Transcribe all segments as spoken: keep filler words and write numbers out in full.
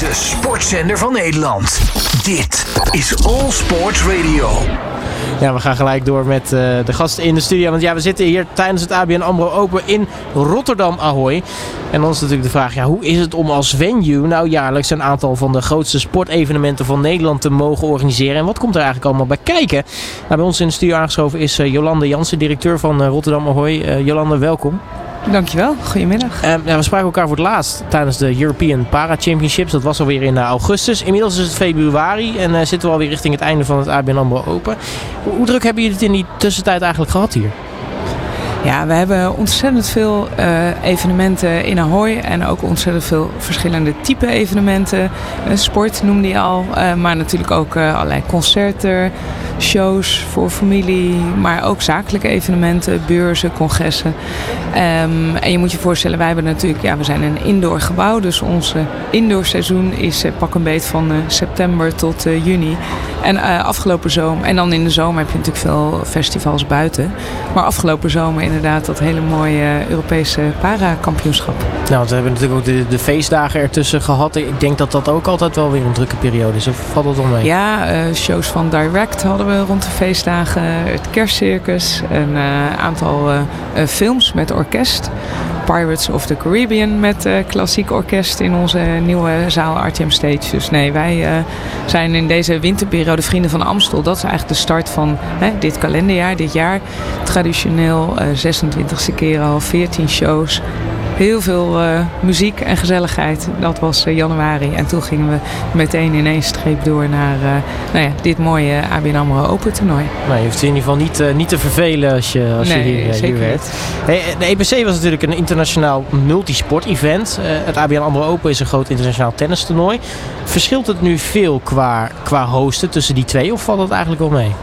de sportzender van Nederland. Dit is All Sports Radio. Ja, we gaan gelijk door met uh, de gasten in de studio. Want ja, we zitten hier tijdens het A B N AMRO Open in Rotterdam Ahoy. En dan is natuurlijk de vraag, ja, hoe is het om als venue nou jaarlijks een aantal van de grootste sportevenementen van Nederland te mogen organiseren? En wat komt er eigenlijk allemaal bij kijken? Nou, bij ons in de studio aangeschoven is uh, Jolande Jansen, directeur van uh, Rotterdam Ahoy. Uh, Jolande, welkom. Dankjewel, goedemiddag. Uh, ja, we spraken elkaar voor het laatst tijdens de European Para Championships. Dat was alweer in uh, augustus. Inmiddels is het februari en uh, zitten we alweer richting het einde van het A B N AMRO Open. Hoe, hoe druk hebben jullie het in die tussentijd eigenlijk gehad hier? Ja, we hebben ontzettend veel uh, evenementen in Ahoy en ook ontzettend veel verschillende type evenementen. Uh, sport noemde je al, uh, maar natuurlijk ook uh, allerlei concerten, shows voor familie, maar ook zakelijke evenementen, beurzen, congressen. Um, en je moet je voorstellen, wij hebben natuurlijk, ja, we zijn een indoor gebouw, dus ons uh, indoorseizoen is uh, pak een beet van uh, september tot uh, juni. En uh, afgelopen zomer, en dan in de zomer heb je natuurlijk veel festivals buiten, maar afgelopen zomer inderdaad dat hele mooie Europese para-kampioenschap. Nou, want we hebben natuurlijk ook de, de feestdagen ertussen gehad. Ik denk dat dat ook altijd wel weer een drukke periode is. Of valt dat wel mee? Ja, uh, shows van Direct hadden we rond de feestdagen. Het kerstcircus. Een uh, aantal uh, uh, films met orkest. Pirates of the Caribbean met uh, klassiek orkest in onze nieuwe zaal R T M Stage. Dus nee, wij uh, zijn in deze winterperiode Vrienden van Amstel. Dat is eigenlijk de start van hè, dit kalenderjaar, dit jaar. Traditioneel uh, zesentwintigste keer al, veertien shows. Heel veel uh, muziek en gezelligheid. Dat was uh, januari. En toen gingen we meteen in één streep door naar uh, nou ja, dit mooie A B N AMRO Open toernooi. Nou, je hoeft je in ieder geval niet, uh, niet te vervelen als je, als nee, je hier, zeker hier werkt. Hey, de E B C was natuurlijk een internationaal multisport event. Uh, het A B N AMRO Open is een groot internationaal tennistoernooi. Verschilt het nu veel qua, qua hosten tussen die twee of valt dat eigenlijk wel mee?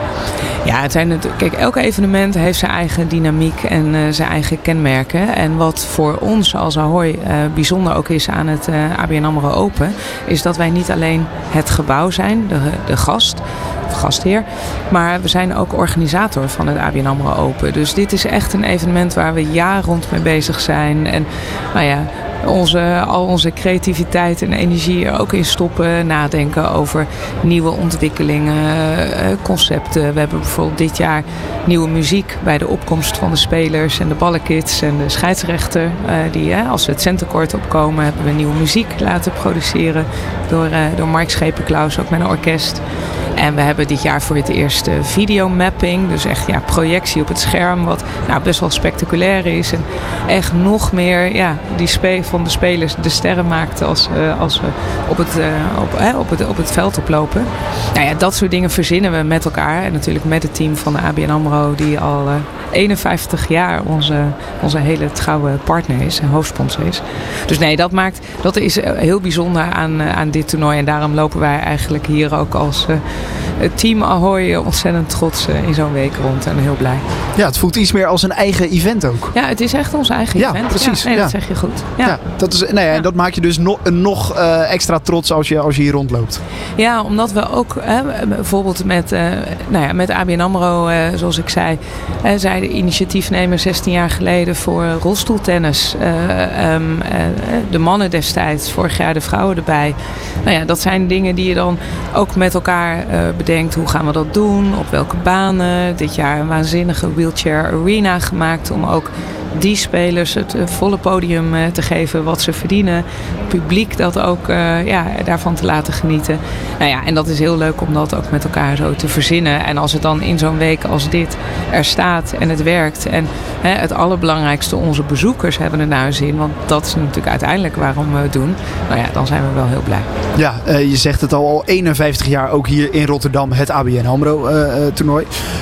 Ja, het zijn het, kijk, elk evenement heeft zijn eigen dynamiek en uh, zijn eigen kenmerken. En wat voor ons als Ahoy uh, bijzonder ook is aan het uh, A B N AMRO Open, is dat wij niet alleen het gebouw zijn, de, de gast, of gastheer, maar we zijn ook organisator van het A B N AMRO Open. Dus dit is echt een evenement waar we jaar rond mee bezig zijn. En nou ja, Onze, al onze creativiteit en energie er ook in stoppen. Nadenken over nieuwe ontwikkelingen, concepten. We hebben bijvoorbeeld dit jaar nieuwe muziek bij de opkomst van de spelers en de ballenkids en de scheidsrechter. Die, als we het centercourt opkomen, hebben we nieuwe muziek laten produceren door, door Mark Schepen-Klaus, ook met een orkest. En we hebben dit jaar voor het eerst videomapping. Dus echt ja, projectie op het scherm. Wat nou, best wel spectaculair is. En echt nog meer ja, die spe- van de spelers de sterren maakt als, uh, als we op het, uh, op, eh, op, het, op het veld oplopen. Nou ja, dat soort dingen verzinnen we met elkaar. En natuurlijk met het team van de A B N AMRO. Die al uh, eenenvijftig jaar onze, onze hele trouwe partner is. En hoofdsponsor is. Dus nee, dat maakt, dat is heel bijzonder aan, uh, aan dit toernooi. En daarom lopen wij eigenlijk hier ook als Uh, het team Ahoy ontzettend trots in zo'n week rond en heel blij. Ja, het voelt iets meer als een eigen event ook. Ja, het is echt ons eigen ja, event. Precies. Ja, nee, ja. dat zeg je goed. Ja. Ja, dat is, nou ja, ja. dat maakt je dus no, nog uh, extra trots als je, als je hier rondloopt. Ja, omdat we ook hè, bijvoorbeeld met, uh, nou ja, met A B N AMRO, uh, zoals ik zei, uh, zij de initiatiefnemer zestien jaar geleden voor rolstoeltennis. Uh, um, uh, de mannen destijds, vorig jaar de vrouwen erbij. Nou ja, dat zijn dingen die je dan ook met elkaar uh, bedenkt. Hoe gaan we dat doen? Op welke banen? Dit jaar een waanzinnige wheelchair arena gemaakt om ook die spelers het uh, volle podium uh, te geven wat ze verdienen. Publiek dat ook uh, ja, daarvan te laten genieten. Nou ja, en dat is heel leuk om dat ook met elkaar zo te verzinnen. En als het dan in zo'n week als dit er staat en het werkt. En hè, het allerbelangrijkste, onze bezoekers hebben er naar zin. Want dat is natuurlijk uiteindelijk waarom we het doen. Nou ja, dan zijn we wel heel blij. Ja, uh, je zegt het al, al eenenvijftig jaar ook hier in Rotterdam, het A B N AMRO uh, uh, toernooi.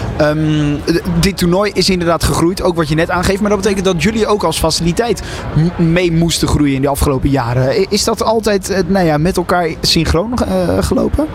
Um, d- dit toernooi is inderdaad gegroeid, ook wat je net aangeeft. Maar dat betekent dat jullie ook als faciliteit m- mee moesten groeien in de afgelopen jaren. Is dat altijd uh, nou ja, met elkaar synchroon uh, gelopen?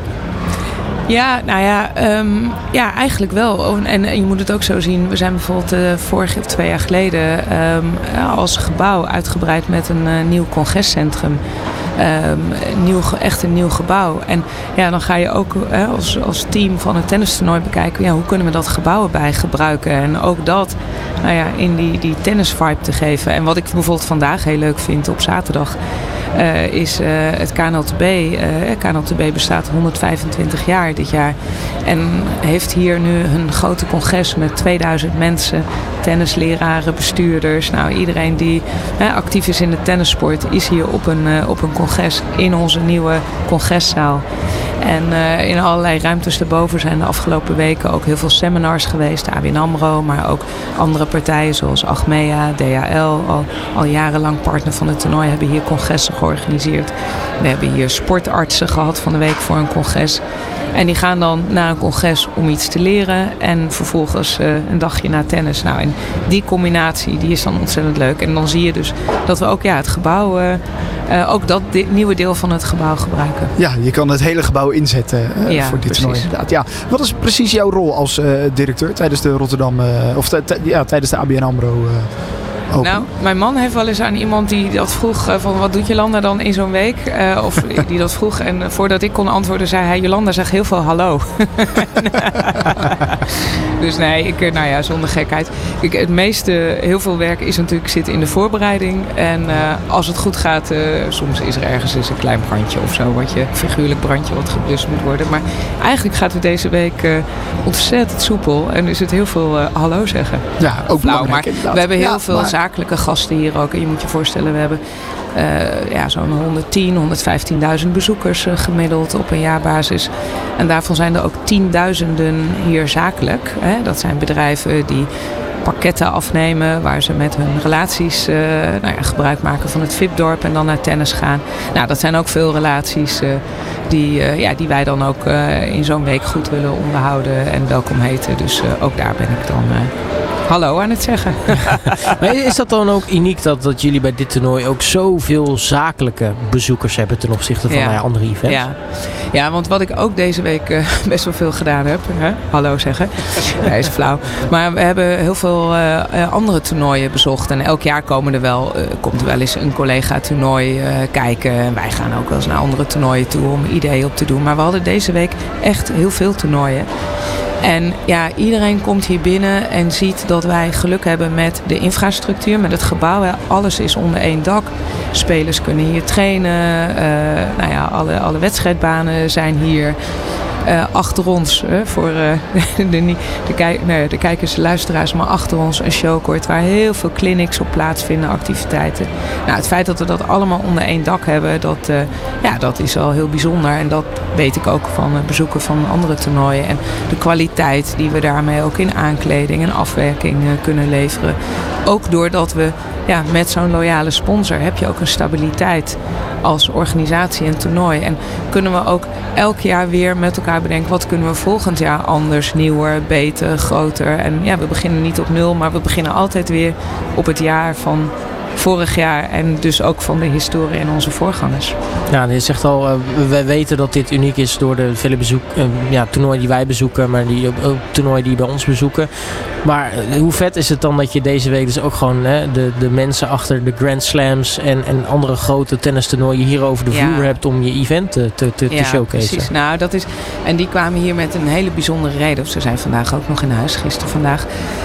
Ja, nou ja, um, ja, eigenlijk wel. En, en je moet het ook zo zien. We zijn bijvoorbeeld uh, vorig of twee jaar geleden um, als gebouw uitgebreid met een uh, nieuw congrescentrum. Um, nieuw, echt een nieuw gebouw. En ja, dan ga je ook hè, als, als team van het tennistoernooi bekijken. Ja, hoe kunnen we dat gebouw erbij gebruiken? En ook dat nou ja, in die, die tennisvibe te geven. En wat ik bijvoorbeeld vandaag heel leuk vind op zaterdag. Uh, is uh, het K N L T B. Uh, K N L T B bestaat honderdvijfentwintig jaar dit jaar. En heeft hier nu een grote congres met tweeduizend mensen. Tennisleraren, bestuurders. Nou, iedereen die uh, actief is in de tennissport is hier op een, uh, op een congres in onze nieuwe congreszaal. En uh, in allerlei ruimtes daarboven zijn de afgelopen weken ook heel veel seminars geweest. De A B N AMRO, maar ook andere partijen zoals Achmea, D H L. Al, al jarenlang partner van het toernooi hebben hier congressen georganiseerd. We hebben hier sportartsen gehad van de week voor een congres. En die gaan dan naar een congres om iets te leren. En vervolgens uh, een dagje naar tennis. Nou, en die combinatie die is dan ontzettend leuk. En dan zie je dus dat we ook ja, het gebouw... Uh, uh, ook dat de, nieuwe deel van het gebouw gebruiken. Ja, je kan het hele gebouw inzetten uh, ja, voor dit precies. toernooi inderdaad. Ja. Wat is precies jouw rol als uh, directeur tijdens de Rotterdam... Uh, of t- t- ja, tijdens de A B N AMRO... Uh, Open. Nou, mijn man heeft wel eens aan iemand die dat vroeg uh, van wat doet Jolanda dan in zo'n week? Uh, of die dat vroeg en uh, voordat ik kon antwoorden zei hij Jolanda zegt heel veel hallo. Dus nee, ik, nou ja, zonder gekheid. Ik, het meeste, heel veel werk is natuurlijk zitten in de voorbereiding. En uh, als het goed gaat, uh, soms is er ergens eens een klein brandje of zo. Wat je, figuurlijk brandje wat geblust moet worden. Maar eigenlijk gaat het deze week uh, ontzettend soepel. En is het heel veel uh, hallo zeggen. Ja, ook flauw, maar inderdaad. we hebben heel ja, veel maar... zakelijke gasten hier ook. En je moet je voorstellen, we hebben uh, ja, zo'n honderdtien, honderdvijftienduizend bezoekers uh, gemiddeld op een jaarbasis. En daarvan zijn er ook tienduizenden hier zakelijk. Hè? Dat zijn bedrijven die pakketten afnemen waar ze met hun relaties uh, nou ja, gebruik maken van het V I P-dorp en dan naar tennis gaan. Nou, dat zijn ook veel relaties uh, die, uh, ja, die wij dan ook uh, in zo'n week goed willen onderhouden en welkom heten. Dus uh, ook daar ben ik dan uh, hallo aan het zeggen. Maar is dat dan ook uniek dat, dat jullie bij dit toernooi ook zoveel zakelijke bezoekers hebben ten opzichte van ja. nou ja, andere events? Ja. ja, want wat ik ook deze week uh, best wel veel gedaan heb, hè? Hallo zeggen, ja, is flauw. Maar we hebben heel veel uh, andere toernooien bezocht en elk jaar komen er wel, uh, komt er wel eens een collega-toernooi uh, kijken. En wij gaan ook wel eens naar andere toernooien toe om ideeën op te doen. Maar we hadden deze week echt heel veel toernooien. En ja, iedereen komt hier binnen en ziet dat wij geluk hebben met de infrastructuur, met het gebouw. Hè. Alles is onder één dak. Spelers kunnen hier trainen. Uh, nou ja, alle, alle wedstrijdbanen zijn hier. Uh, achter ons, uh, voor uh, de, de, de, kijk, nee, de kijkers en luisteraars, maar achter ons een showcourt waar heel veel clinics op plaatsvinden, activiteiten. Nou, het feit dat we dat allemaal onder één dak hebben, dat, uh, ja, dat is al heel bijzonder. En dat weet ik ook van uh, bezoeken van andere toernooien. En de kwaliteit die we daarmee ook in aankleding en afwerking uh, kunnen leveren. Ook doordat we ja, met zo'n loyale sponsor heb je ook een stabiliteit als organisatie en toernooi. En kunnen we ook elk jaar weer met elkaar bedenken wat kunnen we volgend jaar anders, nieuwer, beter, groter. En ja, we beginnen niet op nul, maar we beginnen altijd weer op het jaar van vorig jaar en dus ook van de historie en onze voorgangers. Ja, je zegt al, uh, wij weten dat dit uniek is door de vele bezoek, uh, ja, toernooien die wij bezoeken, maar die ook toernooien die bij ons bezoeken. Maar uh, hoe vet is het dan dat je deze week dus ook gewoon hè, de, de mensen achter de Grand Slams en, en andere grote tennistoernooien hier over de vloer ja. hebt om je event te, te, te ja, showcaseen? Precies. Nou, dat is, en die kwamen hier met een hele bijzondere reden. Ze zijn vandaag ook nog in huis, gisteren vandaag.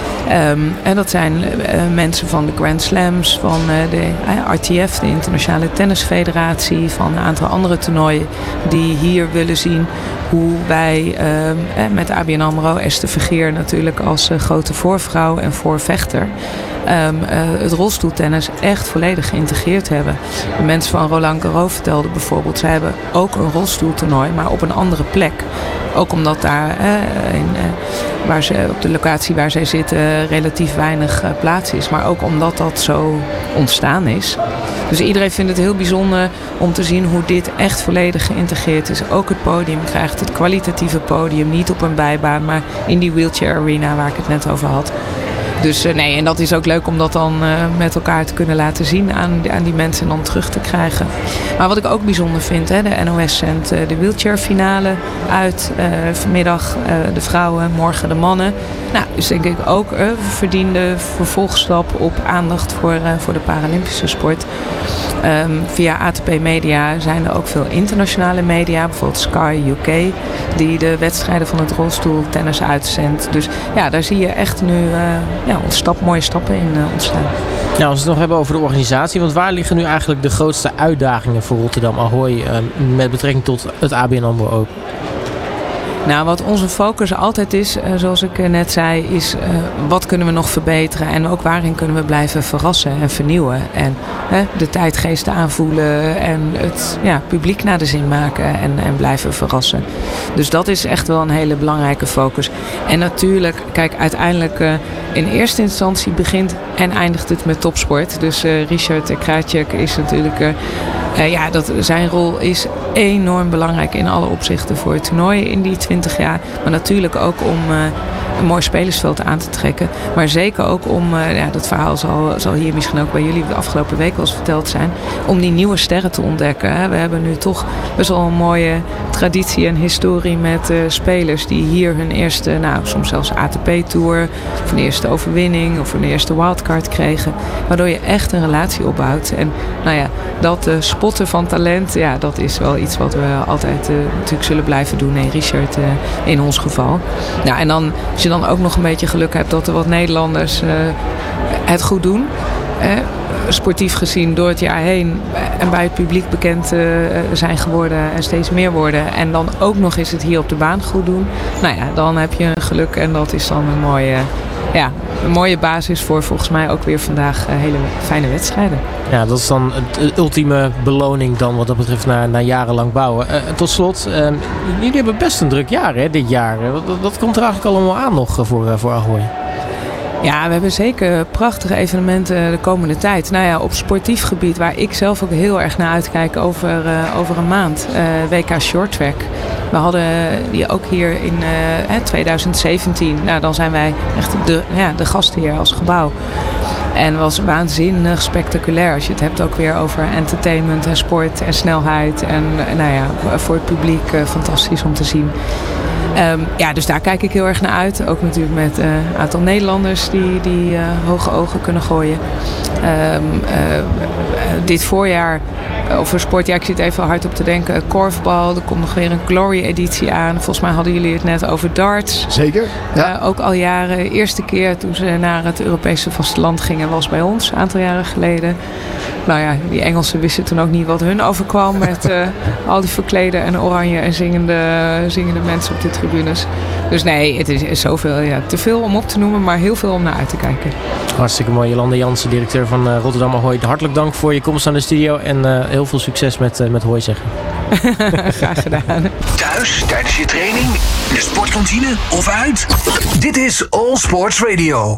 Um, en dat zijn uh, mensen van de Grand Slams, van uh, de uh, R T F, de Internationale Tennisfederatie, van een aantal andere toernooien die hier willen zien hoe wij uh, uh, met A B N AMRO, Esther Vergeer natuurlijk als uh, grote voorvrouw en voorvechter, um, uh, het rolstoeltennis echt volledig geïntegreerd hebben. De mensen van Roland Garros vertelden bijvoorbeeld, zij hebben ook een rolstoeltoernooi, maar op een andere plek. Ook omdat daar uh, in, uh, waar ze, op de locatie waar zij zitten relatief weinig uh, plaats is. Maar ook omdat dat zo ontstaan is. Dus iedereen vindt het heel bijzonder om te zien hoe dit echt volledig geïntegreerd is. Ook het podium krijgt het kwalitatieve podium. Niet op een bijbaan, maar in die wheelchair arena waar ik het net over had. Dus uh, nee, en dat is ook leuk om dat dan uh, met elkaar te kunnen laten zien aan, aan die mensen en dan terug te krijgen. Maar wat ik ook bijzonder vind, hè, de N O S zendt uh, de wheelchair finale uit uh, vanmiddag uh, de vrouwen, morgen de mannen. Nou, dus denk ik ook een uh, verdiende vervolgstap op aandacht voor, uh, voor de Paralympische sport. Um, via A T P Media zijn er ook veel internationale media. Bijvoorbeeld Sky U K. Die de wedstrijden van het rolstoeltennis uitzendt. Dus ja, daar zie je echt nu uh, ja, stap, mooie stappen in uh, ontstaan. Nou, als we het nog hebben over de organisatie. Want waar liggen nu eigenlijk de grootste uitdagingen voor Rotterdam Ahoy uh, met betrekking tot het A B N AMRO Open? Nou, wat onze focus altijd is, uh, zoals ik uh, net zei, is uh, wat kunnen we nog verbeteren en ook waarin kunnen we blijven verrassen en vernieuwen. En uh, de tijdgeesten aanvoelen en het ja, publiek naar de zin maken en, en blijven verrassen. Dus dat is echt wel een hele belangrijke focus. En natuurlijk, kijk, uiteindelijk uh, in eerste instantie begint en eindigt het met topsport. Dus uh, Richard Krajicek is natuurlijk... Uh, Uh, ja, dat, zijn rol is enorm belangrijk in alle opzichten voor het toernooi in die twintig jaar. Maar natuurlijk ook om uh, een mooi spelersveld aan te trekken. Maar zeker ook om, uh, ja, dat verhaal zal, zal hier misschien ook bij jullie de afgelopen week wel eens verteld zijn. Om die nieuwe sterren te ontdekken. Hè. We hebben nu toch best wel een mooie traditie en historie met uh, spelers die hier hun eerste, nou soms zelfs A T P-tour, of een eerste overwinning of een eerste wildcard kregen. Waardoor je echt een relatie opbouwt. En nou ja, dat uh, spotten van talent, ja, dat is wel iets wat we altijd uh, natuurlijk zullen blijven doen. Nee, Richard uh, in ons geval. Nou, en dan, als je dan ook nog een beetje geluk hebt dat er wat Nederlanders uh, het goed doen. Uh, sportief gezien door het jaar heen en bij het publiek bekend uh, zijn geworden en steeds meer worden. En dan ook nog eens het hier op de baan goed doen. Nou ja, dan heb je een geluk en dat is dan een mooie... Ja, een mooie basis voor volgens mij ook weer vandaag uh, hele fijne wedstrijden. Ja, dat is dan de ultieme beloning dan wat dat betreft na, na jarenlang bouwen. Uh, tot slot, uh, jullie hebben best een druk jaar hè, dit jaar. Wat, wat komt er eigenlijk allemaal aan nog voor, uh, voor Ahoy? Ja, we hebben zeker prachtige evenementen de komende tijd. Nou ja, op sportief gebied waar ik zelf ook heel erg naar uitkijk over, uh, over een maand. Uh, W K Short Track. We hadden die ook hier in uh, twintig zeventien. Nou, dan zijn wij echt de, ja, de gastheer als gebouw. En het was waanzinnig spectaculair. Als je het hebt ook weer over entertainment en sport en snelheid. En nou ja, voor het publiek uh, fantastisch om te zien. Um, ja, dus daar kijk ik heel erg naar uit. Ook natuurlijk met een uh, aantal Nederlanders die, die uh, hoge ogen kunnen gooien. Um, uh, uh, dit voorjaar, over sport, ja, ik zit even hard op te denken. Korfbal, er komt nog weer een Glory-editie aan. Volgens mij hadden jullie het net over darts. Zeker, ja. Uh, ook al jaren. De eerste keer toen ze naar het Europese vasteland gingen was bij ons, een aantal jaren geleden. Nou ja, die Engelsen wisten toen ook niet wat hun overkwam met uh, al die verklede en oranje en zingende, zingende mensen op de tribunes. Dus nee, het is zoveel, ja, te veel om op te noemen, maar heel veel om naar uit te kijken. Hartstikke mooi. Jolanda Jansen, directeur van uh, Rotterdam Ahoy. Hartelijk dank voor je komst aan de studio en uh, heel veel succes met, uh, met Hooi zeggen. Graag gedaan. Thuis, tijdens je training, in de sportkantine of uit? Dit is All Sports Radio.